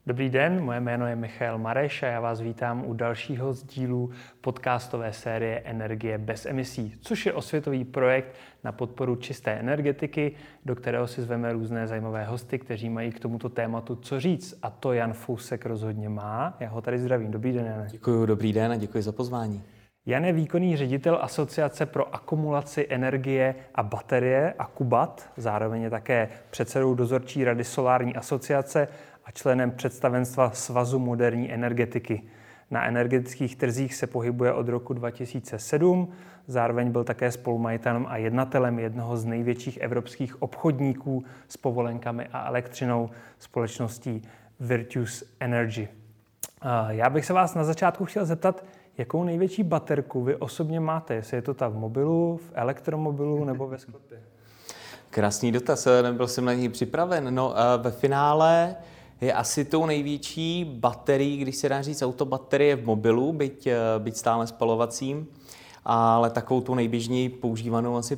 Dobrý den, moje jméno je Michal Mareš a já vás vítám u dalšího z dílů podcastové série Energie bez emisí, což je osvětový projekt na podporu čisté energetiky, do kterého si zveme různé zajímavé hosty, kteří mají k tomuto tématu co říct. A to Jan Fousek rozhodně má. Já ho tady zdravím. Dobrý den, Jane. Děkuji, dobrý den a děkuji za pozvání. Jan je výkonný ředitel Asociace pro akumulaci energie a baterie Akubat, zároveň je také předsedou dozorčí rady Solární asociace a členem představenstva Svazu moderní energetiky. Na energetických trzích se pohybuje od roku 2007, zároveň byl také spolumajitelem a jednatelem jednoho z největších evropských obchodníků s povolenkami a elektřinou společností Virtus Energy. Já bych se vás na začátku chtěl zeptat, jakou největší baterku vy osobně máte? Jestli je to ta v mobilu, v elektromobilu nebo ve sklepě? Krásný dotaz, nebyl jsem na něj připraven. Ve finále je asi tou největší baterií, když se dá říct autobaterie v mobilu, byť stále spalovacím, ale takovou tu nejběžněji používanou asi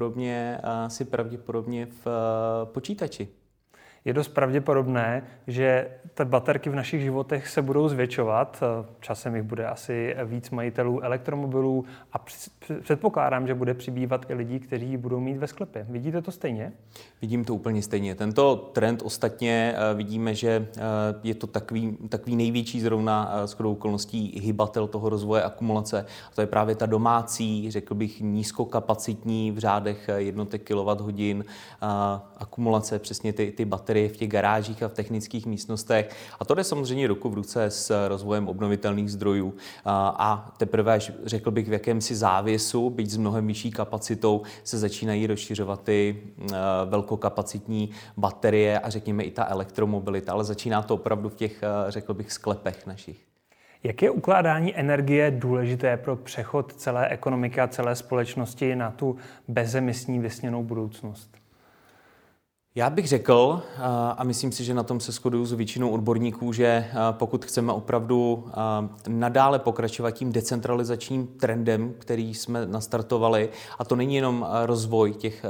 pravděpodobně v počítači. Je dost pravděpodobné, že ty baterky v našich životech se budou zvětšovat. Časem jich bude asi víc majitelů elektromobilů a předpokládám, že bude přibývat i lidí, kteří budou mít ve sklepě. Vidíte to stejně? Vidím to úplně stejně. Tento trend ostatně vidíme, že je to takový největší zrovna shodou okolností hybatel toho rozvoje akumulace. A to je právě ta domácí, řekl bych, nízkokapacitní v řádech jednotek kilowatthodin akumulace, přesně ty baterie v těch garážích a v technických místnostech. A to jde samozřejmě ruku v ruce s rozvojem obnovitelných zdrojů. A teprve, až řekl bych, v jakémsi závěsu, byť s mnohem vyšší kapacitou, se začínají rozšiřovat ty velkokapacitní baterie a řekněme i ta elektromobilita. Ale začíná to opravdu v těch, řekl bych, sklepech našich. Jak je ukládání energie důležité pro přechod celé ekonomiky a celé společnosti na tu bezemisní vysněnou budoucnost? Já bych řekl, a myslím si, že na tom se shoduju s většinou odborníků, že pokud chceme opravdu nadále pokračovat tím decentralizačním trendem, který jsme nastartovali, a to není jenom rozvoj těch,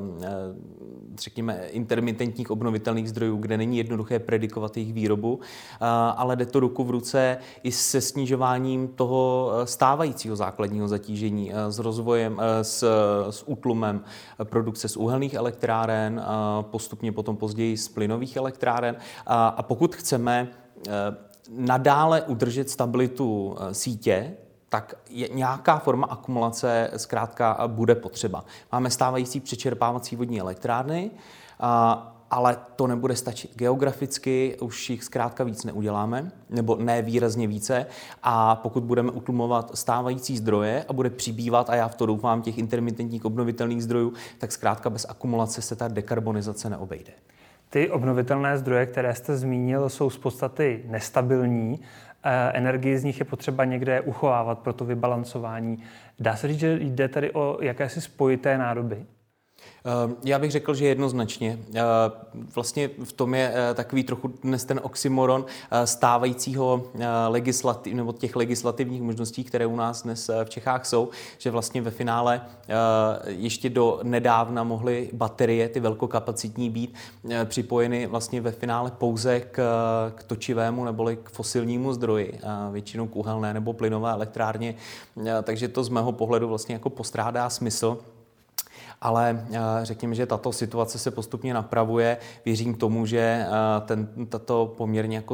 řekněme, intermitentních obnovitelných zdrojů, kde není jednoduché predikovat jejich výrobu, ale jde to ruku v ruce i se snižováním toho stávajícího základního zatížení, s rozvojem, s útlumem produkce z uhelných elektráren, postupně potom později z plynových elektráren. A pokud chceme nadále udržet stabilitu sítě, tak nějaká forma akumulace zkrátka bude potřeba. Máme stávající přečerpávací vodní elektrárny, ale to nebude stačit. Geograficky už jich zkrátka víc neuděláme, nebo ne výrazně více. A pokud budeme utlumovat stávající zdroje a bude přibývat, a já v to doufám, těch intermitentních obnovitelných zdrojů, tak zkrátka bez akumulace se ta dekarbonizace neobejde. Ty obnovitelné zdroje, které jste zmínil, jsou z podstaty nestabilní. Energii z nich je potřeba někde uchovávat pro to vybalancování. Dá se říct, že jde tady o jakési spojité nádoby? Já bych řekl, že jednoznačně. Vlastně v tom je takový trochu dnes ten oxymoron stávajícího nebo těch legislativních možností, které u nás dnes v Čechách jsou, že vlastně ve finále ještě do nedávna mohly baterie, ty velkokapacitní, být připojeny vlastně ve finále pouze k točivému neboli k fosilnímu zdroji, většinou k uhelné nebo plynové elektrárně, takže to z mého pohledu vlastně jako postrádá smysl. Ale řekněme, že tato situace se postupně napravuje. Věřím tomu, že tato poměrně jako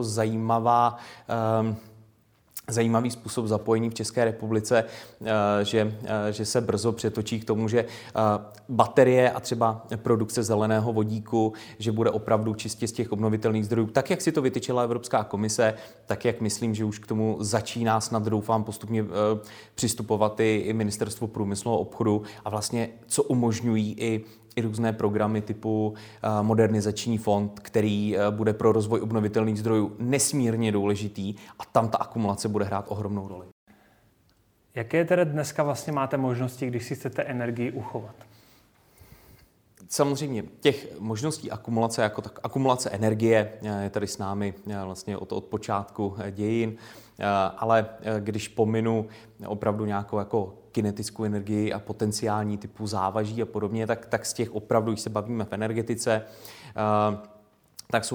zajímavý způsob zapojení v České republice, že se brzo přetočí k tomu, že baterie a třeba produkce zeleného vodíku, že bude opravdu čistě z těch obnovitelných zdrojů, tak jak si to vytyčila Evropská komise, tak jak myslím, že už k tomu začíná, snad doufám, postupně přistupovat i Ministerstvo průmyslu a obchodu a vlastně co umožňují i různé programy typu modernizační fond, který bude pro rozvoj obnovitelných zdrojů nesmírně důležitý a tam ta akumulace bude hrát ohromnou roli. Jaké tedy dneska vlastně máte možnosti, když si chcete energii uchovat? Samozřejmě těch možností akumulace, jako tak akumulace energie je tady s námi vlastně od počátku dějin, ale když pominu opravdu nějakou jako kinetickou energii a potenciální typu závaží a podobně, tak z těch opravdu, když se bavíme v energetice, tak jsou to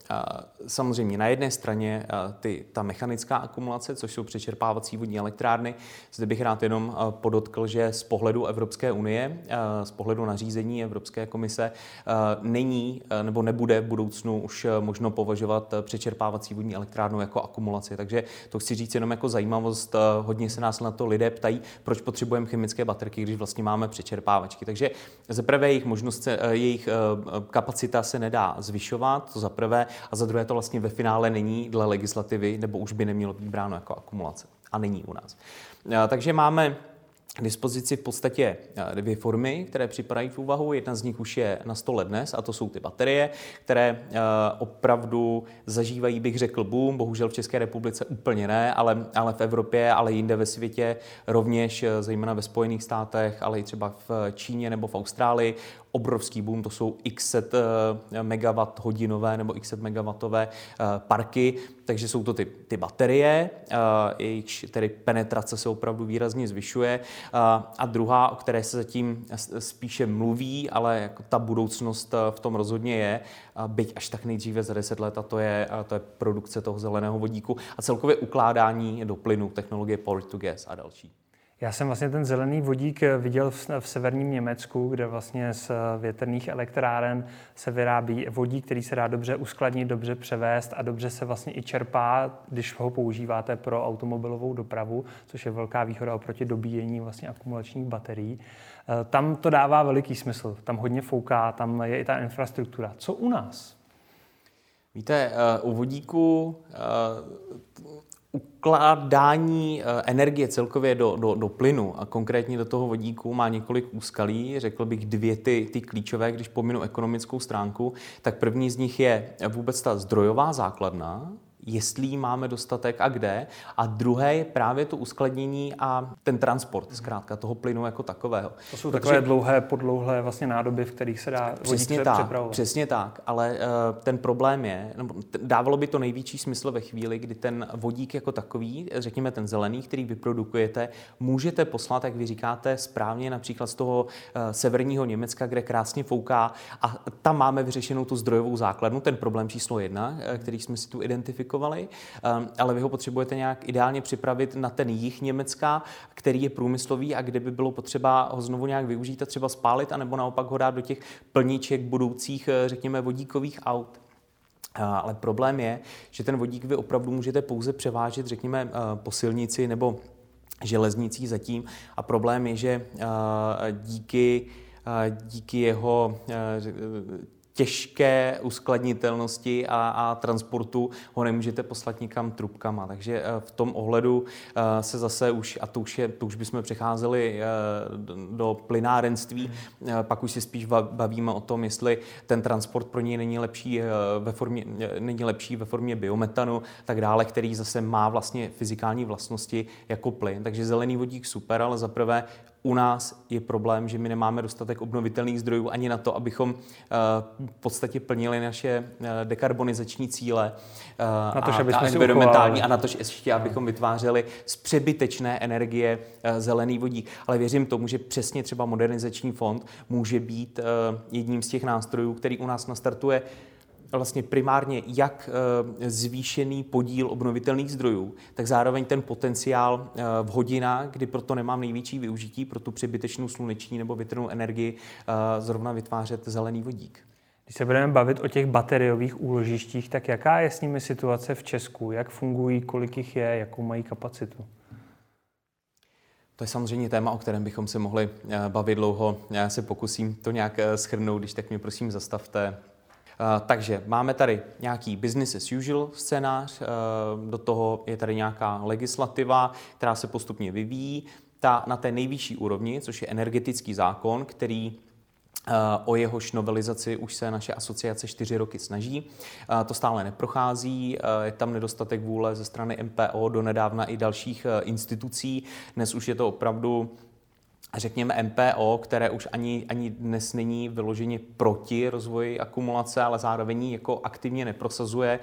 samozřejmě na jedné straně ta mechanická akumulace, což jsou přečerpávací vodní elektrárny. Zde bych rád jenom podotkl, že z pohledu Evropské unie, z pohledu nařízení Evropské komise není nebo nebude v budoucnu už možno považovat přečerpávací vodní elektrárnu jako akumulaci. Takže to chci říct jenom jako zajímavost. Hodně se nás na to lidé ptají, proč potřebujeme chemické baterky, když vlastně máme přečerpávačky. Takže za prvé jejich kapacita se nedá zvyšovat, to za prvé, a za druhé to vlastně ve finále není dle legislativy, nebo už by nemělo být bráno jako akumulace. A není u nás. Takže máme k dispozici v podstatě dvě formy, které připadají v úvahu. Jedna z nich už je na stole dnes a to jsou ty baterie, které opravdu zažívají, bych řekl, boom. Bohužel v České republice úplně ne, ale v Evropě, ale jinde ve světě rovněž, zejména ve Spojených státech, ale i třeba v Číně nebo v Austrálii. Obrovský boom, to jsou x megawatt hodinové nebo x megawattové parky, takže jsou to ty baterie, jejich tedy penetrace se opravdu výrazně zvyšuje. A druhá, o které se zatím spíše mluví, ale jako ta budoucnost v tom rozhodně je, byť až tak nejdříve za 10 let, a to je produkce toho zeleného vodíku a celkově ukládání do plynu, technologie Power to Gas a další. Já jsem vlastně ten zelený vodík viděl v severním Německu, kde vlastně z větrných elektráren se vyrábí vodík, který se dá dobře uskladnit, dobře převést a dobře se vlastně i čerpá, když ho používáte pro automobilovou dopravu, což je velká výhoda oproti dobíjení vlastně akumulačních baterií. Tam to dává veliký smysl, tam hodně fouká, tam je i ta infrastruktura. Co u nás? Víte, u vodíku ukládání energie celkově do plynu a konkrétně do toho vodíku má několik úskalí, řekl bych dvě ty klíčové, když pominu ekonomickou stránku, tak první z nich je vůbec ta zdrojová základna, jestli jí máme dostatek a kde. A druhé je právě to uskladnění a ten transport, zkrátka toho plynu jako takového. To jsou takové dlouhé, podlouhlé vlastně nádoby, v kterých se dá vodík přepravovat. Přesně tak, ale ten problém je, dávalo by to největší smysl ve chvíli, kdy ten vodík jako takový, řekněme ten zelený, který vyprodukujete, můžete poslat, jak vy říkáte, správně například z toho severního Německa, kde krásně fouká a tam máme vyřešenou tu zdrojovou základnu, ten problém číslo 1, který jsme si tu identifikovali. Ale vy ho potřebujete nějak ideálně připravit na ten jih Německa, který je průmyslový a kde by bylo potřeba ho znovu nějak využít a třeba spálit, anebo naopak ho dát do těch plniček budoucích, řekněme, vodíkových aut. Ale problém je, že ten vodík vy opravdu můžete pouze převážet, řekněme, po silnici nebo železnicí zatím. A problém je, že díky jeho těžké uskladnitelnosti a transportu ho nemůžete poslat nikam trubkama. Takže v tom ohledu se zase už, a to už bychom přecházeli do plynárenství, pak už si spíš bavíme o tom, jestli ten transport pro něj není lepší ve formě biometanu, tak dále, který zase má vlastně fyzikální vlastnosti jako plyn. Takže zelený vodík super, ale zaprvé u nás je problém, že my nemáme dostatek obnovitelných zdrojů ani na to, abychom v podstatě plnili naše dekarbonizační cíle a environmentální a na to ještě, abychom vytvářeli z přebytečné energie zelený vodík. Ale věřím tomu, že přesně třeba modernizační fond může být jedním z těch nástrojů, který u nás nastartuje vlastně primárně jak zvýšený podíl obnovitelných zdrojů, tak zároveň ten potenciál v hodinách, kdy proto nemám největší využití pro tu přebytečnou sluneční nebo větrnou energii, zrovna vytvářet zelený vodík. Když se budeme bavit o těch bateriových úložištích, tak jaká je s nimi situace v Česku? Jak fungují, kolik jich je, jakou mají kapacitu? To je samozřejmě téma, o kterém bychom se mohli bavit dlouho. Já se pokusím to nějak shrnout, když tak mě prosím zastavte. Takže máme tady nějaký business as usual scénář, do toho je tady nějaká legislativa, která se postupně vyvíjí. Na té nejvyšší úrovni, což je energetický zákon, který o jehož novelizaci už se naše asociace 4 roky snaží. To stále neprochází, je tam nedostatek vůle ze strany MPO, donedávna i dalších institucí. Dnes už je to opravdu, řekněme, MPO, které už ani dnes není vyloženě proti rozvoji akumulace, ale zároveň jako aktivně neprosazuje.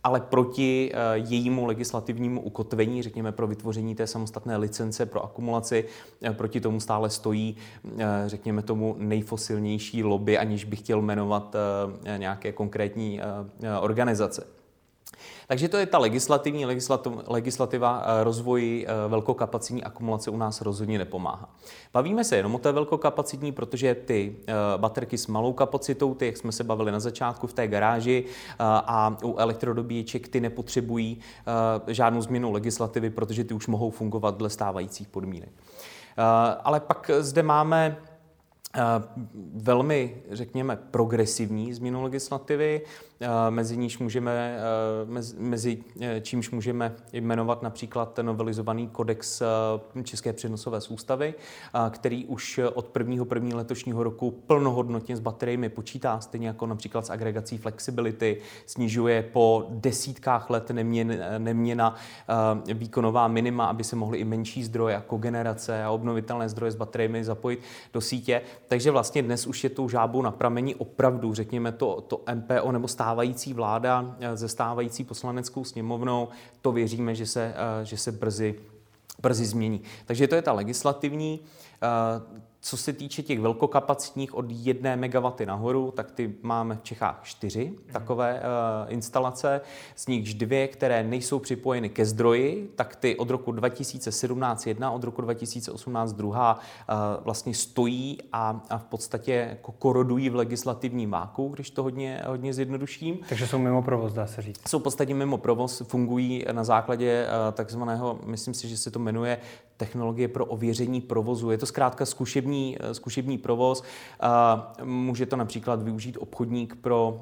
ale proti jejímu legislativnímu ukotvení, řekněme pro vytvoření té samostatné licence pro akumulaci, proti tomu stále stojí, řekněme tomu, nejfosilnější lobby, aniž bych chtěl jmenovat nějaké konkrétní organizace. Takže to je ta legislativa rozvoji velkokapacitní akumulace u nás rozhodně nepomáhá. Bavíme se jenom o té velkokapacitní, protože ty baterky s malou kapacitou, ty, jak jsme se bavili na začátku v té garáži, a u elektrodobíječek ty nepotřebují žádnou změnu legislativy, protože ty už mohou fungovat dle stávajících podmínek. Ale pak zde máme velmi, řekněme, progresivní změnu legislativy, mezi čímž můžeme jmenovat například novelizovaný kodex České přenosové soustavy, který už od 1. letošního roku plnohodnotně s bateriemi počítá, stejně jako například s agregací flexibility, snižuje po desítkách let neměna výkonová minima, aby se mohly i menší zdroje, jako generace a obnovitelné zdroje s bateriemi zapojit do sítě. Takže vlastně dnes už je tou žábou na prameni opravdu, řekněme to MPO nebo stávající vláda se stávající poslaneckou sněmovnou, to věříme, že se brzy změní. Takže to je ta legislativní. Co se týče těch velkokapacitních od 1 MW nahoru, tak ty máme v Čechách 4 takové instalace, z nichž 2, které nejsou připojeny ke zdroji, tak ty od roku 2017 jedna, od roku 2018 druhá vlastně stojí a v podstatě jako korodují v legislativním váku, když to hodně zjednoduším. Takže jsou mimo provoz, dá se říct. Jsou v podstatě mimo provoz, fungují na základě takzvaného, myslím si, že se to jmenuje technologie pro ověření provozu. Je to zkrátka zkušební provoz. Může to například využít obchodník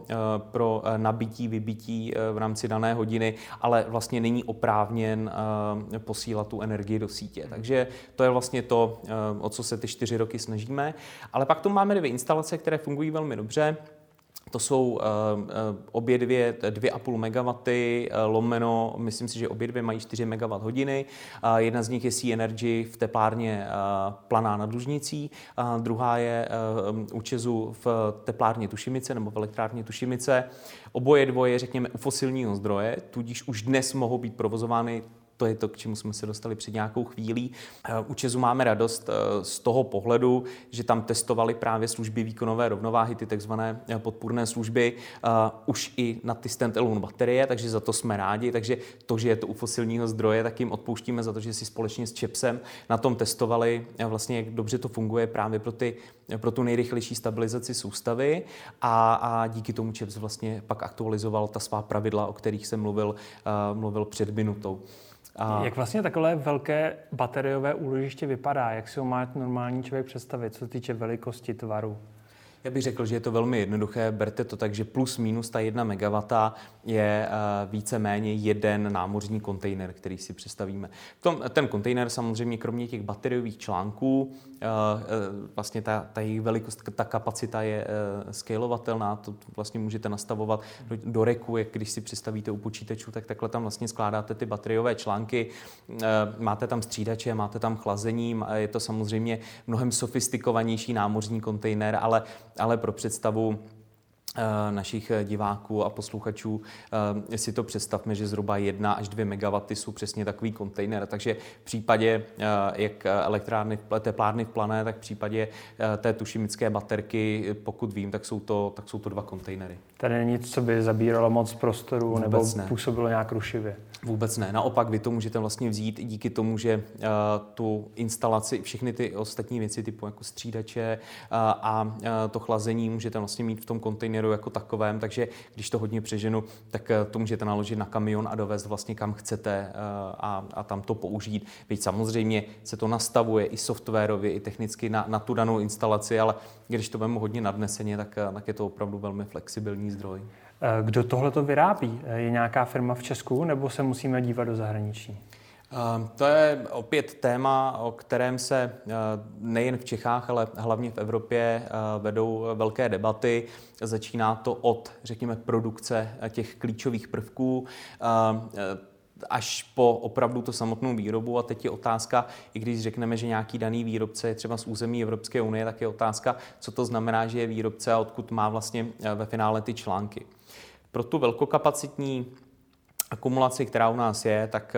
pro nabití, vybití v rámci dané hodiny, ale vlastně není oprávněn posílat tu energii do sítě. Takže to je vlastně to, o co se ty 4 roky snažíme. Ale pak tu máme 2 instalace, které fungují velmi dobře. To jsou obě 2,5 MW lomeno, myslím si, že obě 2 mají 4 MWh. Jedna z nich je Sea Energy v teplárně Planá nad Lužnicí, druhá je u ČEZu v teplárně Tušimice nebo v elektrárně Tušimice. Oboje dvoje, řekněme, u fosilního zdroje, tudíž už dnes mohou být provozovány. To je to, k čemu jsme se dostali před nějakou chvílí. U ČEZu máme radost z toho pohledu, že tam testovali právě služby výkonové rovnováhy, ty takzvané podpůrné služby, už i na ty stand-alone baterie, takže za to jsme rádi. Takže to, že je to u fosilního zdroje, tak jim odpouštíme za to, že si společně s ČEPSem na tom testovali vlastně, jak dobře to funguje právě pro tu nejrychlejší stabilizaci soustavy a díky tomu ČEPS vlastně pak aktualizoval ta svá pravidla, o kterých jsem mluvil před minutou. Jak vlastně takové velké bateriové úložiště vypadá? Jak si ho má normální člověk představit, co se týče velikosti, tvaru? Já bych řekl, že je to velmi jednoduché. Berte to tak, že plus minus ta 1 MW je víceméně jeden námořní kontejner, který si představíme. Ten kontejner samozřejmě kromě těch bateriových článků, vlastně ta jejich velikost, ta kapacita je scalovatelná, to vlastně můžete nastavovat do reku, jak když si představíte u počítačů, tak takhle tam vlastně skládáte ty bateriové články, máte tam střídače, máte tam chlazení, je to samozřejmě mnohem sofistikovanější námořní kontejner, ale pro představu našich diváků a posluchačů si to představme, že zhruba 1 až 2 MW jsou přesně takový kontejner. Takže v případě jak teplárny v Plané, tak v případě té tušimické baterky, pokud vím, tak jsou to 2 kontejnery. Tady není nic, co by zabíralo moc prostoru nebo působilo nějak rušivě? Vůbec ne. Naopak vy to můžete vlastně vzít díky tomu, že tu instalaci, všechny ty ostatní věci typu jako střídače a to chlazení můžete vlastně mít v tom kontejneru jako takovém, takže když to hodně přeženu, tak to můžete naložit na kamion a dovést vlastně kam chcete a tam to použít. Byť samozřejmě se to nastavuje i softwarově, i technicky na tu danou instalaci, ale když to vemu hodně nadneseně, tak je to opravdu velmi flexibilní zdroj. Kdo tohle to vyrábí? Je nějaká firma v Česku, nebo se musíme dívat do zahraničí? To je opět téma, o kterém se nejen v Čechách, ale hlavně v Evropě vedou velké debaty. Začíná to od, řekněme, produkce těch klíčových prvků až po opravdu to samotnou výrobu. A teď je otázka, i když řekneme, že nějaký daný výrobce je třeba z území Evropské unie, tak je otázka, co to znamená, že je výrobce a odkud má vlastně ve finále ty články. Pro tu velkokapacitní akumulaci, která u nás je, tak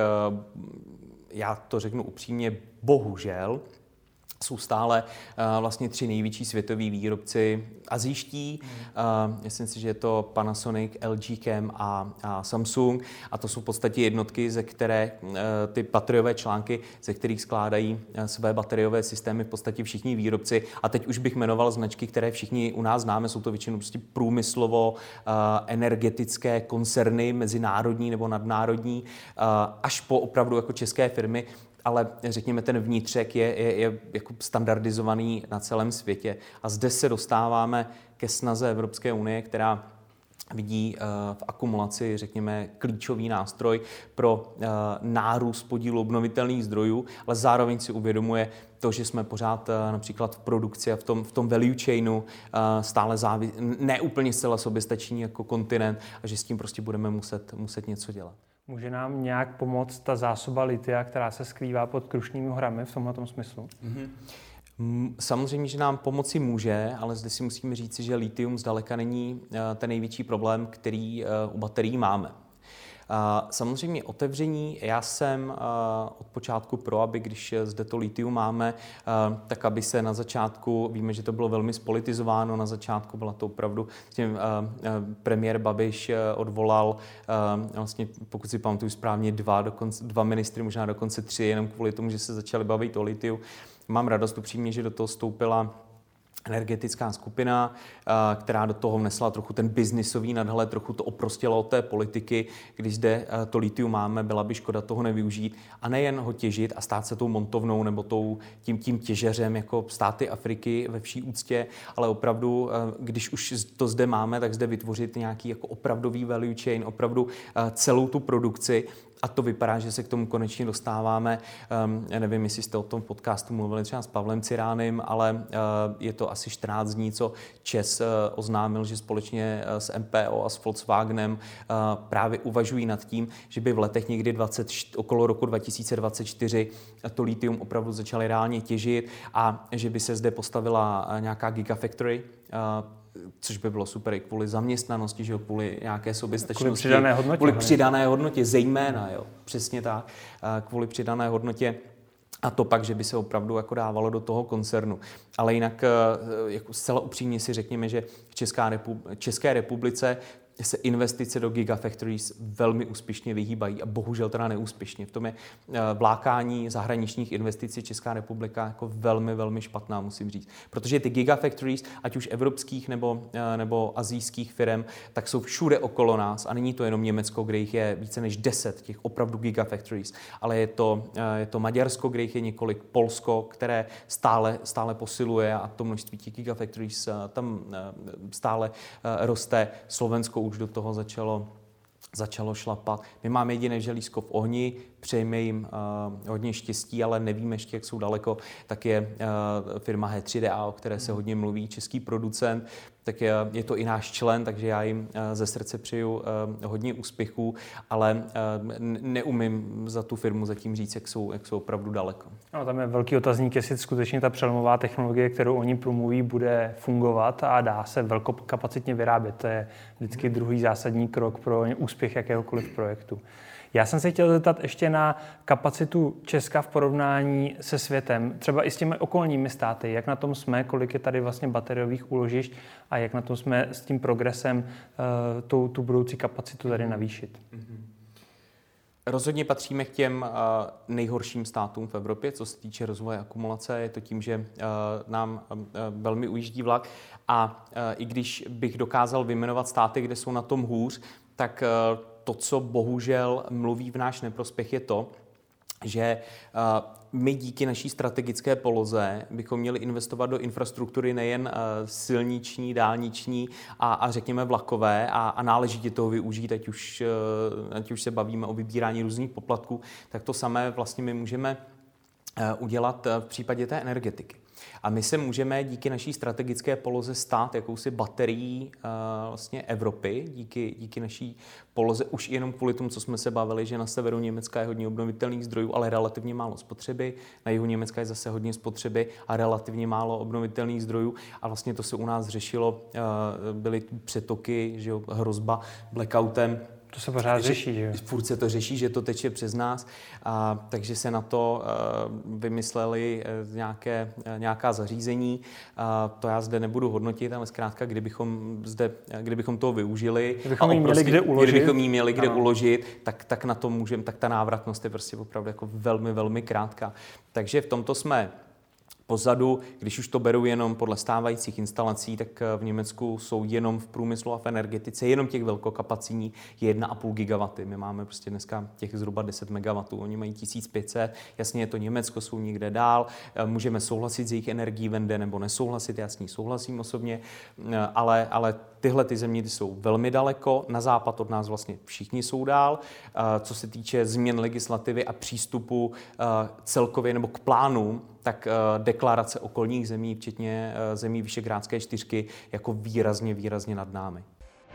já to řeknu upřímně, bohužel, jsou stále vlastně 3 největší světoví výrobci asijští. Myslím si, že je to Panasonic, LG Chem a Samsung. A to jsou v podstatě jednotky, ze které ty bateriové články, ze kterých skládají své bateriové systémy v podstatě všichni výrobci. A teď už bych jmenoval značky, které všichni u nás známe. Jsou to většinou prostě průmyslovo energetické koncerny, mezinárodní nebo nadnárodní, až po opravdu jako české firmy. Ale řekněme, ten vnitřek je jako standardizovaný na celém světě. A zde se dostáváme ke snaze Evropské unie, která vidí v akumulaci, řekněme, klíčový nástroj pro nárůst podílu obnovitelných zdrojů, ale zároveň si uvědomuje to, že jsme pořád například v produkci a v tom value chainu stále neúplně zcela soběstační jako kontinent a že s tím prostě budeme muset něco dělat. Může nám nějak pomoct ta zásoba litia, která se skrývá pod Krušnými horami v tomhletom smyslu? Samozřejmě, že nám pomoci může, ale zde si musíme říci, že litium zdaleka není ten největší problém, který u baterií máme. Samozřejmě otevření, já jsem od počátku pro, aby když zde to litium máme, tak aby se na začátku, víme, že to bylo velmi spolitizováno, na začátku byla to opravdu, premiér Babiš odvolal, vlastně, pokud si pamatuju správně, dva ministry, možná dokonce 3, jenom kvůli tomu, že se začali bavit o litiu. Mám radost upřímně, že do toho vstoupila energetická skupina, která do toho vnesla trochu ten biznisový nadhled, trochu to oprostila od té politiky, když zde to litium máme, byla by škoda toho nevyužít a nejen ho těžit a stát se tou montovnou nebo tím těžeřem jako státy Afriky ve vší úctě, ale opravdu, když už to zde máme, tak zde vytvořit nějaký jako opravdový value chain, opravdu celou tu produkci. A to vypadá, že se k tomu konečně dostáváme. Já nevím, jestli jste o tom podcastu mluvili třeba s Pavlem Ciránem, ale je to asi 14 dní, co ČEZ oznámil, že společně s MPO a s Volkswagenem právě uvažují nad tím, že by v letech někdy okolo roku 2024 to litium opravdu začali reálně těžit a že by se zde postavila nějaká gigafactory, což by bylo super i kvůli zaměstnanosti, že jo, kvůli nějaké soběstačnosti. Kvůli přidané hodnotě. Kvůli přidané hodnotě, zejména, jo, přesně tak, kvůli přidané hodnotě. A to pak, že by se opravdu jako dávalo do toho koncernu. Ale jinak jako zcela upřímně si řekněme, že v České republice se investice do gigafactories velmi úspěšně vyhýbají a bohužel teda neúspěšně. V tom je vlákání zahraničních investic Česká republika jako velmi, velmi špatná, musím říct. Protože ty gigafactories, ať už evropských nebo asijských firm, tak jsou všude okolo nás a není to jenom Německo, kde jich je více než 10 těch opravdu gigafactories, ale je to Maďarsko, kde jich je několik, Polsko, které stále posiluje a to množství těch gigafactories tam stále roste. Slovensko už do toho začalo šlapat. My máme jediné želízko v ohni, přejeme jim hodně štěstí, ale nevíme ještě, jak jsou daleko. Tak je firma H3DA, o které se hodně mluví, český producent, tak je to i náš člen, takže já jim ze srdce přeju hodně úspěchů, ale neumím za tu firmu zatím říct, jak jsou opravdu daleko. No, tam je velký otazník, jestli skutečně ta přelomová technologie, kterou oni promluví, bude fungovat a dá se velkokapacitně vyrábět. To je vždycky druhý zásadní krok pro úspěch jakéhokoliv projektu. Já jsem se chtěl zeptat ještě na kapacitu Česka v porovnání se světem, třeba i s těmi okolními státy. Jak na tom jsme, kolik je tady vlastně bateriových úložišť a jak na tom jsme s tím progresem tu budoucí kapacitu tady navýšit? Rozhodně patříme k těm nejhorším státům v Evropě, co se týče rozvoje akumulace. Je to tím, že nám velmi ujíždí vlak a i když bych dokázal vyjmenovat státy, kde jsou na tom hůř, tak to, co bohužel mluví v náš neprospěch, je to, že my díky naší strategické poloze bychom měli investovat do infrastruktury nejen silniční, dálniční a řekněme vlakové a náležitě toho využít, ať už se bavíme o vybírání různých poplatků, tak to samé vlastně my můžeme udělat v případě té energetiky. A my se můžeme díky naší strategické poloze stát jakousi baterií vlastně Evropy, díky naší poloze, už jenom kvůli tomu, co jsme se bavili, že na severu Německa je hodně obnovitelných zdrojů, ale relativně málo spotřeby, na jihu Německa je zase hodně spotřeby a relativně málo obnovitelných zdrojů a vlastně to se u nás řešilo, byly přetoky, že jo, hrozba blackoutem, To se pořád řeší, že? Furt se to řeší, že to teče přes nás, takže se na to vymysleli nějaká zařízení. To já zde nebudu hodnotit, ale zkrátka, kdybychom toho využili, kdybychom jí měli kde uložit, tak na to můžeme, tak ta návratnost je prostě opravdu jako velmi, velmi krátká. Takže v tomto jsme pozadu, když už to beru jenom podle stávajících instalací, tak v Německu jsou jenom v průmyslu a v energetice, jenom těch velkokapacitních 1,5 gigawaty. My máme prostě dneska těch zhruba 10 megawatů, oni mají 1500, jasně je to Německo, jsou někde dál, můžeme souhlasit s jejich energií vende nebo nesouhlasit, já s ní souhlasím osobně, ale tyhle ty země jsou velmi daleko, na západ od nás vlastně všichni jsou dál. Co se týče změn legislativy a přístupu celkově nebo k plánům, tak deklarace okolních zemí, včetně zemí Visegrádské čtyřky, jako výrazně nad námi.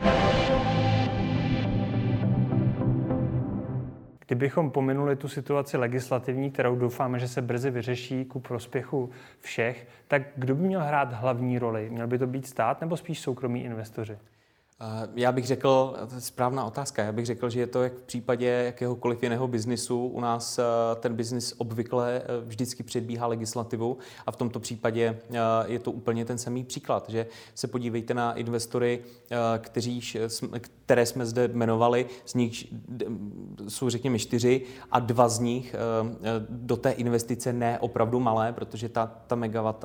Kdybychom pominuli tu situaci legislativní, kterou doufáme, že se brzy vyřeší ku prospěchu všech, tak kdo by měl hrát hlavní roli? Měl by to být stát nebo spíš soukromí investoři? Já bych řekl, to je správná otázka, já bych řekl, že je to jak v případě jakéhokoliv jiného biznisu. U nás ten biznis obvykle vždycky předbíhá legislativu a v tomto případě je to úplně ten samý příklad, že se podívejte na investory, které jsme zde jmenovali, z nich jsou řekněme 4 a 2 z nich do té investice ne opravdu malé, protože ten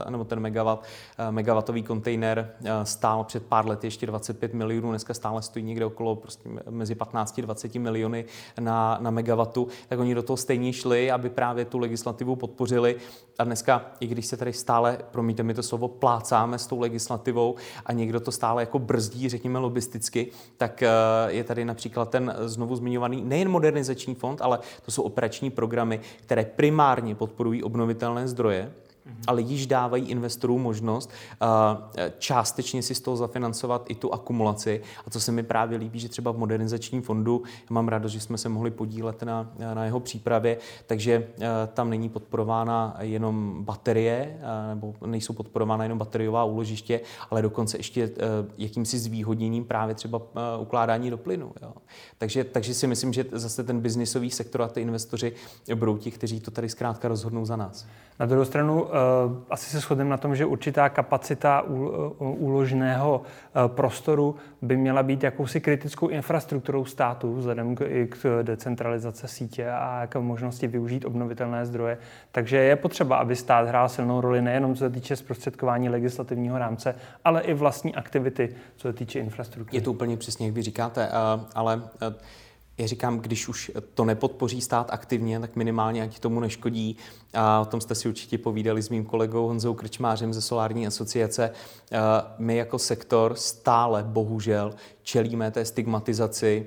megawatový kontejner stál před pár lety ještě 25 milionů, dneska stále stojí někde okolo prostě mezi 15-20 miliony na megawattu, tak oni do toho stejně šli, aby právě tu legislativu podpořili. A dneska, i když se tady stále, promiňte mi to slovo, plácáme s tou legislativou a někdo to stále jako brzdí, řekněme lobisticky, tak je tady například ten znovu zmiňovaný nejen modernizační fond, ale to jsou operační programy, které primárně podporují obnovitelné zdroje, ale již dávají investorům možnost částečně si z toho zafinancovat i tu akumulaci. A co se mi právě líbí, že třeba v modernizačním fondu, já mám radost, že jsme se mohli podílet na jeho přípravě, takže tam není podporována jenom baterie, nebo nejsou podporována jenom bateriová úložiště, ale dokonce ještě jakýmsi zvýhodněním právě třeba ukládání do plynu. Jo. Takže si myslím, že zase ten biznisový sektor a ty investoři budou ti, kteří to tady zkrátka rozhodnou za nás. Na druhou stranu asi se shodneme na tom, že určitá kapacita úložného prostoru by měla být jakousi kritickou infrastrukturou státu vzhledem k decentralizaci sítě a k možnosti využít obnovitelné zdroje. Takže je potřeba, aby stát hrál silnou roli nejenom co se týče zprostředkování legislativního rámce, ale i vlastní aktivity, co se týče infrastruktury. Je to úplně přesně, jak vy říkáte, ale já říkám, když už to nepodpoří stát aktivně, tak minimálně ať tomu neškodí. A o tom jste si určitě povídali s mým kolegou Honzou Krčmářem ze Solární asociace. My jako sektor stále bohužel čelíme té stigmatizaci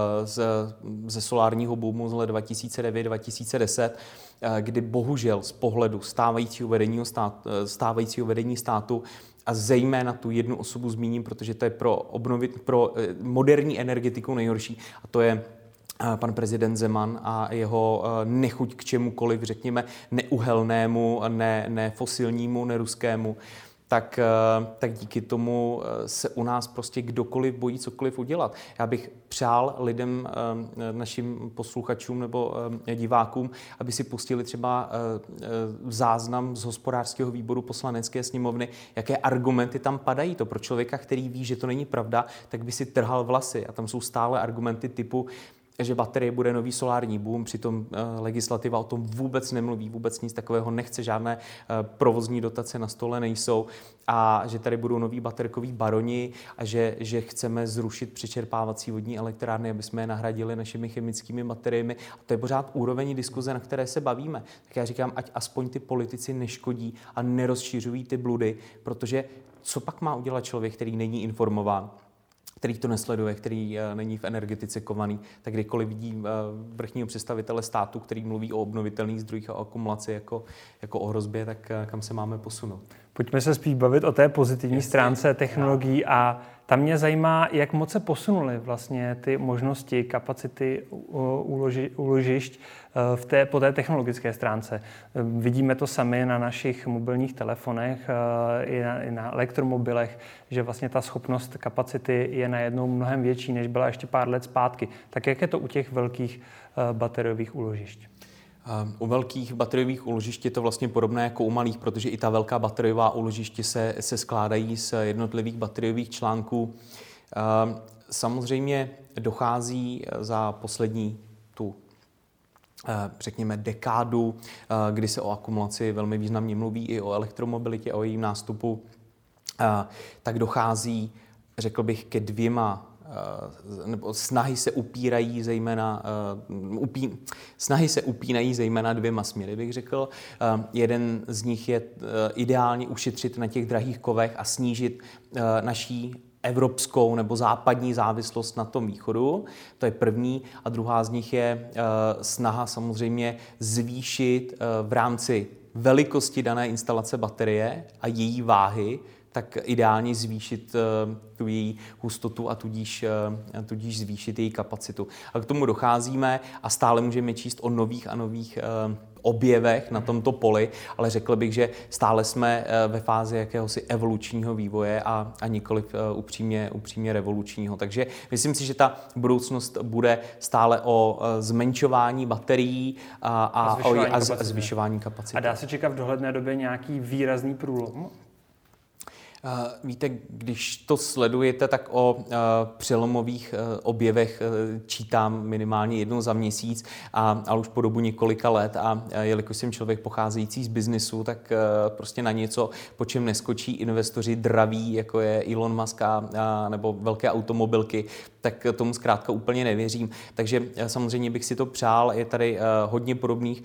ze solárního boomu z let 2009-2010, kdy bohužel z pohledu stávajícího vedení státu a zejména tu jednu osobu zmíním, protože to je pro moderní energetiku nejhorší, a to je pan prezident Zeman a jeho nechuť k čemukoliv, řekněme, neuhelnému, nefosilnímu, neruskému, tak díky tomu se u nás prostě kdokoliv bojí cokoliv udělat. Já bych přál lidem, našim posluchačům nebo divákům, aby si pustili třeba záznam z hospodářského výboru Poslanecké sněmovny, jaké argumenty tam padají. To pro člověka, který ví, že to není pravda, tak by si trhal vlasy. A tam jsou stále argumenty typu, že baterie bude nový solární boom, přitom legislativa o tom vůbec nemluví, vůbec nic takového nechce, žádné provozní dotace na stole nejsou a že tady budou noví baterkoví baroni a že chceme zrušit přečerpávací vodní elektrárny, aby jsme je nahradili našimi chemickými bateriemi. A to je pořád úroveň diskuze, na které se bavíme. Tak já říkám, ať aspoň ty politici neškodí a nerozšiřují ty bludy, protože co pak má udělat člověk, který není informován, který to nesleduje, který není v energetice kovaný, tak kdykoliv vidí vrchního představitele státu, který mluví o obnovitelných zdrojích a o akumulaci jako o hrozbě, tak kam se máme posunout. Pojďme se spíš bavit o té pozitivní stránce technologií a tam mě zajímá, jak moc se posunuly vlastně ty možnosti, kapacity úložišť po té technologické stránce. Vidíme to sami na našich mobilních telefonech i na elektromobilech, že vlastně ta schopnost kapacity je najednou mnohem větší, než byla ještě pár let zpátky. Tak jak je to u těch velkých bateriových úložišť? U velkých bateriových úložišť je to vlastně podobné jako u malých, protože i ta velká bateriová úložiště se skládají z jednotlivých bateriových článků. Samozřejmě dochází za poslední řekněme dekádu, kdy se o akumulaci velmi významně mluví i o elektromobilitě, o jejím nástupu, tak dochází, řekl bych, ke dvěma nebo snahy se upínají zejména dvěma směry, bych řekl. Jeden z nich je ideálně ušetřit na těch drahých kovech a snížit naší evropskou nebo západní závislost na tom východu. To je první. A druhá z nich je snaha samozřejmě zvýšit v rámci velikosti dané instalace baterie a její váhy, tak ideálně zvýšit tu její hustotu a tudíž zvýšit její kapacitu. A k tomu docházíme a stále můžeme číst o nových a nových objevech na tomto poli, ale řekl bych, že stále jsme ve fázi jakéhosi evolučního vývoje a nikoliv upřímně revolučního. Takže myslím si, že ta budoucnost bude stále o zmenšování baterií a zvyšování kapacity. A dá se čekat v dohledné době nějaký výrazný průlom? Víte, když to sledujete, tak o přelomových objevech čítám minimálně jednou za měsíc, ale už po dobu několika let a jelikož jsem člověk pocházející z biznisu, tak prostě na něco, po čem neskočí investoři draví, jako je Elon Musk nebo velké automobilky, tak tomu zkrátka úplně nevěřím. Takže samozřejmě bych si to přál, je tady hodně podobných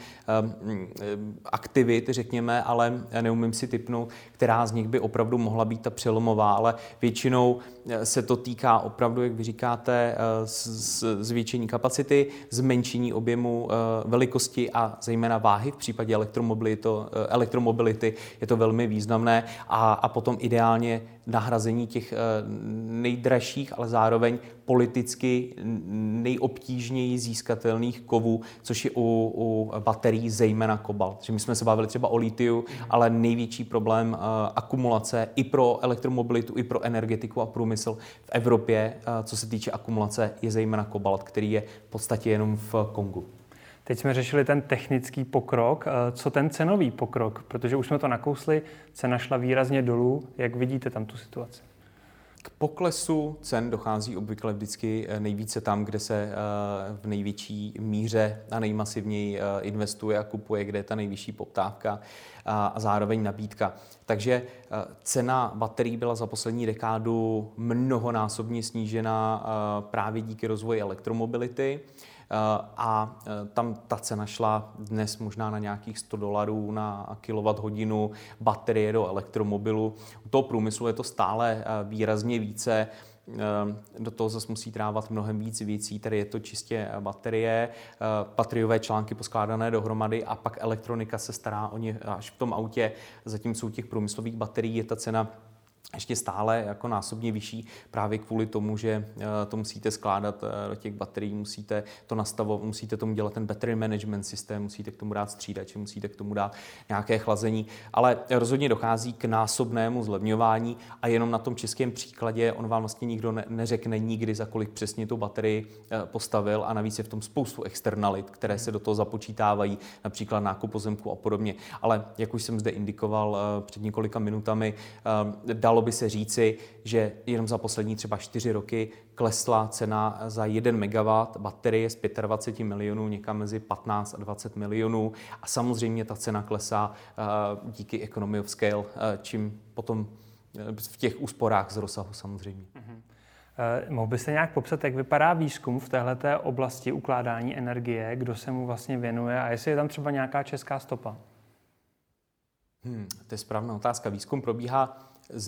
aktivit, řekněme, ale neumím si tipnout, která z nich by opravdu mohla být ta přelomová, ale většinou se to týká opravdu, jak vy říkáte, zvětšení kapacity, zmenšení objemu velikosti a zejména váhy. V případě elektromobility je to velmi významné a potom ideálně nahrazení těch nejdražších, ale zároveň politicky nejobtížněji získatelných kovů, což je u baterií zejména kobalt. Že my jsme se bavili třeba o litiu, ale největší problém akumulace i pro elektromobilitu, i pro energetiku a průmysl v Evropě, co se týče akumulace, je zejména kobalt, který je v podstatě jenom v Kongu. Teď jsme řešili ten technický pokrok. Co ten cenový pokrok? Protože už jsme to nakousli, cena šla výrazně dolů. Jak vidíte tam tu situaci? K poklesu cen dochází obvykle vždycky nejvíce tam, kde se v největší míře a nejmasivněji investuje a kupuje, kde je ta nejvyšší poptávka a zároveň nabídka. Takže cena baterií byla za poslední dekádu mnohonásobně snížena právě díky rozvoji elektromobility. A tam ta cena šla dnes možná na nějakých $100 na kWh baterie do elektromobilu. U toho průmyslu je to stále výrazně více. Do toho zase musí trávat mnohem víc věcí, tady je to čistě baterie, bateriové články poskládané dohromady a pak elektronika se stará o ně až v tom autě, zatímco u těch průmyslových baterií je ta cena ještě stále jako násobně vyšší právě kvůli tomu, že to musíte skládat do těch baterií, musíte to nastavovat, musíte tomu dělat ten battery management systém, musíte k tomu dát střídače, musíte k tomu dát nějaké chlazení, ale rozhodně dochází k násobnému zlevňování a jenom na tom českém příkladě on vám vlastně nikdo neřekne nikdy, za kolik přesně tu baterii postavil a navíc je v tom spoustu externalit, které se do toho započítávají, například nákup pozemku a podobně. Ale jak už jsem zde indikoval před několika minutami, dalo by se říci, že jenom za poslední třeba 4 roky klesla cena za 1 MW baterie z 25 milionů někam mezi 15 a 20 milionů a samozřejmě ta cena klesá díky economy of scale, čím potom v těch úsporách z rozsahu samozřejmě. Mohl byste nějak popsat, jak vypadá výzkum v téhleté oblasti ukládání energie, kdo se mu vlastně věnuje a jestli je tam třeba nějaká česká stopa? To je správná otázka. Výzkum probíhá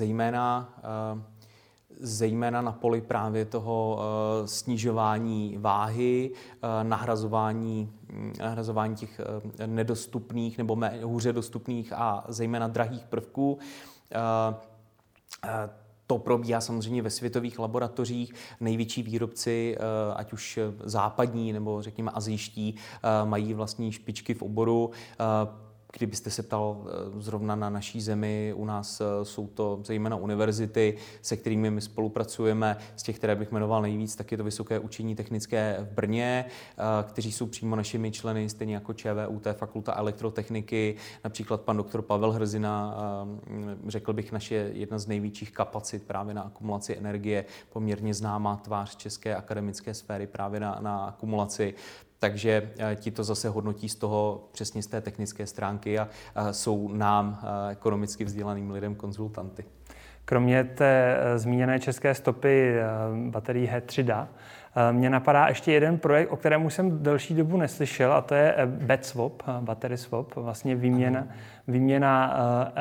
zejména na poli právě toho snižování váhy, nahrazování těch nedostupných nebo hůře dostupných a zejména drahých prvků. To probíhá samozřejmě ve světových laboratořích. Největší výrobci, ať už západní nebo řekněme asijští, mají vlastní špičky v oboru. Kdybyste se ptal zrovna na naší zemi, u nás jsou to zejména univerzity, se kterými my spolupracujeme. Z těch, které bych jmenoval nejvíc, tak je to Vysoké učení technické v Brně, kteří jsou přímo našimi členy, stejně jako ČVUT, Fakulta elektrotechniky, například pan doktor Pavel Hrzina, řekl bych, naše jedna z největších kapacit právě na akumulaci energie, poměrně známá tvář české akademické sféry právě na akumulaci. Takže ti to zase hodnotí z toho přesně z té technické stránky a jsou nám ekonomicky vzdělaným lidem konzultanty. Kromě té zmíněné české stopy baterií He3Da, mě napadá ještě jeden projekt, o kterém jsem delší dobu neslyšel, a to je BATSWAP, battery swap, vlastně výměna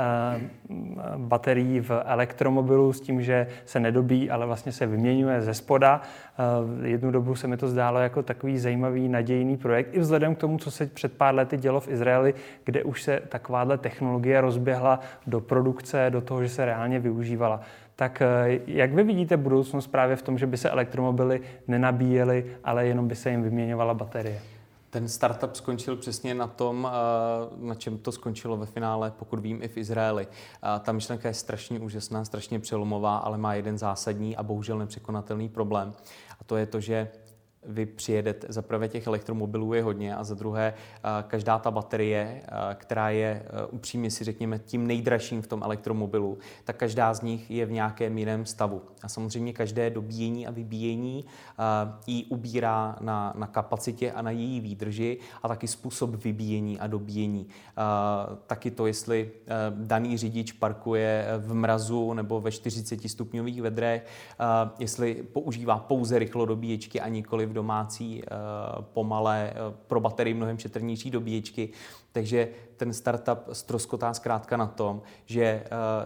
baterií v elektromobilu s tím, že se nedobíjí, ale vlastně se vyměňuje ze spoda. Jednu dobu se mi to zdálo jako takový zajímavý, nadějný projekt, i vzhledem k tomu, co se před pár lety dělo v Izraeli, kde už se takováhle technologie rozběhla do produkce, do toho, že se reálně využívala. Tak jak vy vidíte budoucnost právě v tom, že by se elektromobily nenabíjely, ale jenom by se jim vyměňovala baterie? Ten startup skončil přesně na tom, na čem to skončilo ve finále, pokud vím, i v Izraeli. Ta myšlenka je strašně úžasná, strašně přelomová, ale má jeden zásadní a bohužel nepřekonatelný problém. A to je to, že vy přijedete, za prvé těch elektromobilů je hodně a za druhé každá ta baterie, která je upřímně si řekněme tím nejdražším v tom elektromobilu, tak každá z nich je v nějakém jiném stavu. A samozřejmě každé dobíjení a vybíjení ji ubírá na kapacitě a na její výdrži a taky způsob vybíjení a dobíjení. Taky to, jestli daný řidič parkuje v mrazu nebo ve 40 stupňových vedrech, jestli používá pouze rychlodobíječky a nikoli v domácí, pomalé, pro baterii mnohem šetrnější dobíječky. Takže ten startup ztroskotá zkrátka na tom, že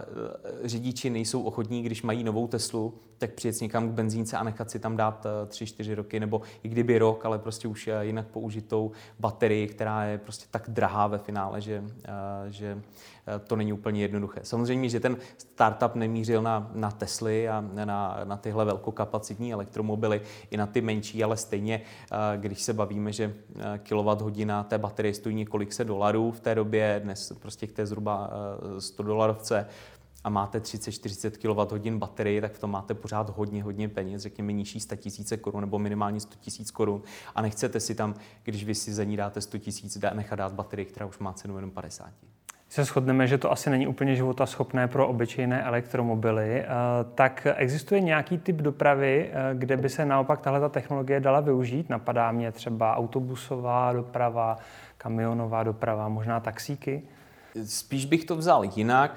řidiči nejsou ochotní, když mají novou Teslu, tak přijet někam k benzínce a nechat si tam dát 3-4 roky, nebo i kdyby rok, ale prostě už jinak použitou baterii, která je prostě tak drahá ve finále, že to není úplně jednoduché. Samozřejmě, že ten startup nemířil na Tesly a na tyhle velkokapacitní elektromobily, i na ty menší, ale stejně, když se bavíme, že kilowatthodina té baterie stojí několik set dolarů v té době, dnes prostě k té zhruba $100 a máte 30-40 kWh baterie, tak v tom máte pořád hodně peněz, řekněme nižší 100 000 korun nebo minimálně 100 000 korun a nechcete si tam, když vy si za ní dáte 100 000, nechat dát baterii, která už má cenu jenom 50. Se shodneme, že to asi není úplně životaschopné pro obyčejné elektromobily, tak existuje nějaký typ dopravy, kde by se naopak tahle technologie dala využít? Napadá mě třeba autobusová doprava, kamionová doprava, možná taxíky? Spíš bych to vzal jinak.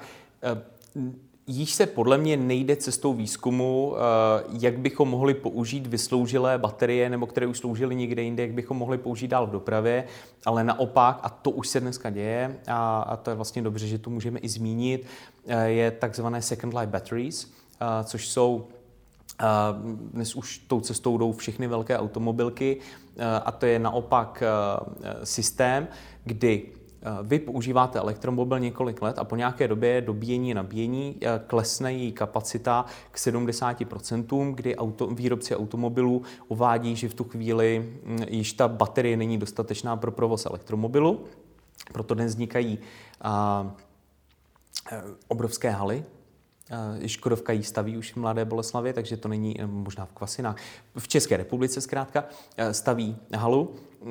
Již se podle mě nejde cestou výzkumu, jak bychom mohli použít vysloužilé baterie, nebo které už sloužily někde jinde, jak bychom mohli použít dál v dopravě, ale naopak, a to už se dneska děje, a to je vlastně dobře, že to můžeme i zmínit, je takzvané second life batteries, což jsou dnes už tou cestou jdou všechny velké automobilky, a to je naopak systém, kdy vy používáte elektromobil několik let a po nějaké době dobíjení a nabíjení klesne její kapacita k 70%, kdy výrobci automobilů uvádí, že v tu chvíli již ta baterie není dostatečná pro provoz elektromobilu. Proto dnes vznikají obrovské haly. Škodovka jí staví už v Mladé Boleslavi, takže to není možná v Kvasinách. V České republice zkrátka staví halu,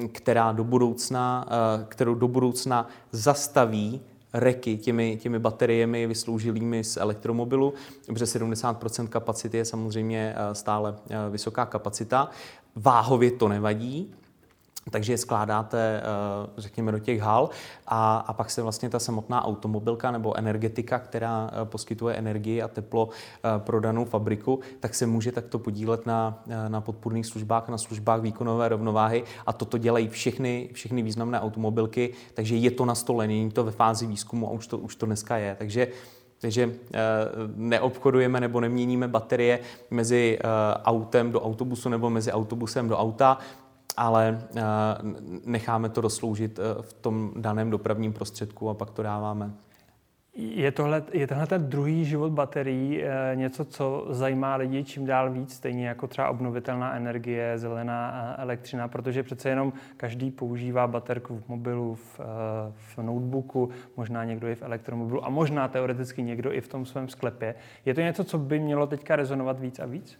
kterou do budoucna zastaví reky těmi bateriemi vysloužilými z elektromobilu, protože 70% kapacity je samozřejmě stále vysoká kapacita. Váhově to nevadí, takže je skládáte, řekněme, do těch hal a pak se vlastně ta samotná automobilka nebo energetika, která poskytuje energii a teplo pro danou fabriku, tak se může takto podílet na podpůrných službách, na službách výkonové rovnováhy a toto dělají všechny významné automobilky, takže je to na stole, není to ve fázi výzkumu a už to dneska je. Takže neobchodujeme nebo neměníme baterie mezi autem do autobusu nebo mezi autobusem do auta, ale necháme to rozsloužit v tom daném dopravním prostředku a pak to dáváme. Je tenhle ten druhý život baterií něco, co zajímá lidi čím dál víc, stejně jako třeba obnovitelná energie, zelená elektřina, protože přece jenom každý používá baterku v mobilu, v notebooku, možná někdo i v elektromobilu a možná teoreticky někdo i v tom svém sklepě. Je to něco, co by mělo teďka rezonovat víc a víc?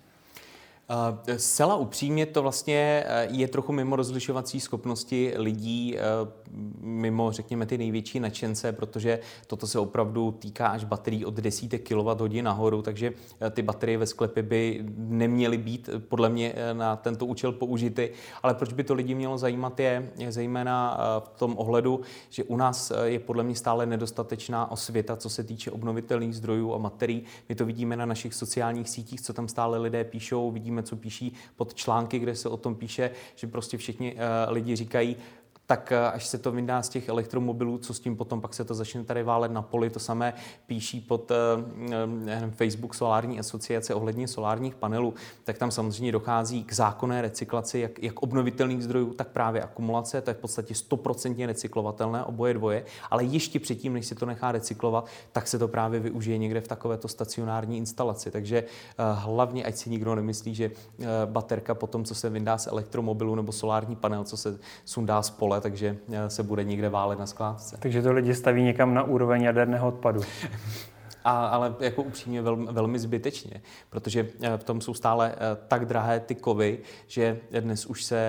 Zcela upřímně to vlastně je trochu mimo rozlišovací schopnosti lidí, mimo, řekněme, ty největší nadšence, protože toto se opravdu týká až baterií od desítek kWh nahoru, takže ty baterie ve sklepě by neměly být podle mě na tento účel použity, ale proč by to lidi mělo zajímat je zejména v tom ohledu, že u nás je podle mě stále nedostatečná osvěta, co se týče obnovitelných zdrojů a baterií. My to vidíme na našich sociálních sítích, co tam stále lidé píšou, vidíme, co píší pod články, kde se o tom píše, že prostě všichni lidi říkají, tak až se to vyndá z těch elektromobilů, co s tím potom, pak se to začne tady válet na poli, to samé píší pod Facebook Solární asociace ohledně solárních panelů, tak tam samozřejmě dochází k zákonné recyklaci jak obnovitelných zdrojů, tak právě akumulace, to je v podstatě 100% recyklovatelné, oboje dvoje, ale ještě předtím, než se to nechá recyklovat, tak se to právě využije někde v takovéto stacionární instalaci. Takže hlavně, ať si nikdo nemyslí, že baterka potom, co se vyndá z elektromobilu nebo solární panel, co se sundá z pole, takže se bude někde válet na skládce. Takže to lidi staví někam na úroveň jaderného odpadu. Ale jako upřímně velmi zbytečně, protože v tom jsou stále tak drahé ty kovy, že dnes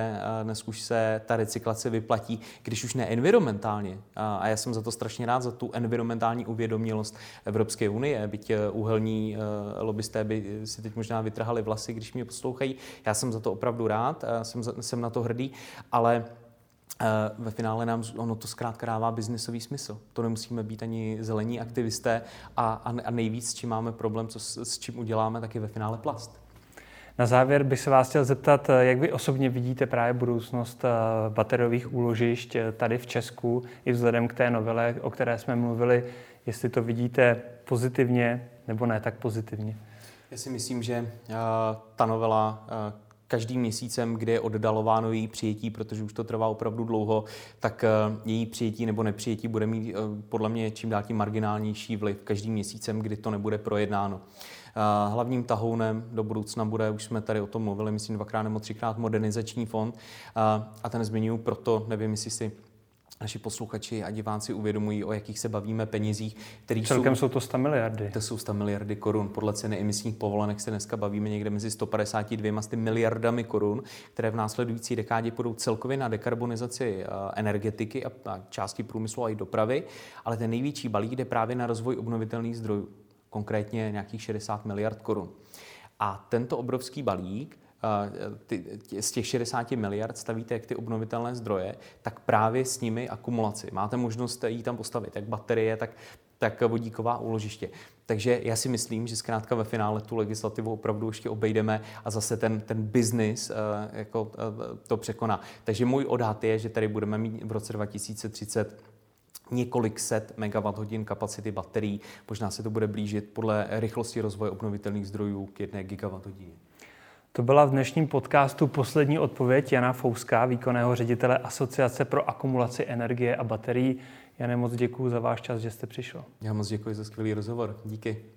už se ta recyklace vyplatí, když už ne environmentálně. A já jsem za to strašně rád, za tu environmentální uvědomělost Evropské unie, byť uhelní lobbysté by si teď možná vytrhali vlasy, když mě poslouchají. Já jsem za to opravdu rád, jsem na to hrdý, ale ve finále nám ono to zkrátka dává biznesový smysl. To nemusíme být ani zelení aktivisté a nejvíc, s čím máme problém, s čím uděláme, tak je ve finále plast. Na závěr bych se vás chtěl zeptat, jak vy osobně vidíte právě budoucnost bateriových úložišť tady v Česku i vzhledem k té novele, o které jsme mluvili, jestli to vidíte pozitivně nebo ne tak pozitivně. Já si myslím, že ta novela každým měsícem, kdy je oddalováno její přijetí, protože už to trvá opravdu dlouho, tak její přijetí nebo nepřijetí bude mít podle mě čím dál tím marginálnější vliv každým měsícem, kdy to nebude projednáno. Hlavním tahounem do budoucna bude, už jsme tady o tom mluvili, myslím 2x nebo 3x modernizační fond a ten zmiňuji proto, nevím, jestli si naši posluchači a diváci uvědomují, o jakých se bavíme penězích, který celkem jsou to 100 miliardy. To jsou 100 miliardy korun. Podle ceny emisních povolenek se dneska bavíme někde mezi 152 miliardami korun, které v následující dekádě půjdou celkově na dekarbonizaci energetiky a části průmyslu a i dopravy, ale ten největší balík jde právě na rozvoj obnovitelných zdrojů, konkrétně nějakých 60 miliard korun. A tento obrovský balík z těch 60 miliard stavíte jak ty obnovitelné zdroje, tak právě s nimi akumulaci. Máte možnost jí tam postavit jak baterie, tak vodíková úložiště. Takže já si myslím, že zkrátka ve finále tu legislativu opravdu ještě obejdeme a zase ten biznis jako to překoná. Takže můj odhad je, že tady budeme mít v roce 2030 několik set megawatt-hodin kapacity baterií. Možná se to bude blížit podle rychlosti rozvoje obnovitelných zdrojů k 1 gigawatt-hodině. To byla v dnešním podcastu poslední odpověď Jana Fouska, výkonného ředitele Asociace pro akumulaci energie a baterií. Jane, moc děkuji za váš čas, že jste přišel. Já moc děkuji za skvělý rozhovor. Díky.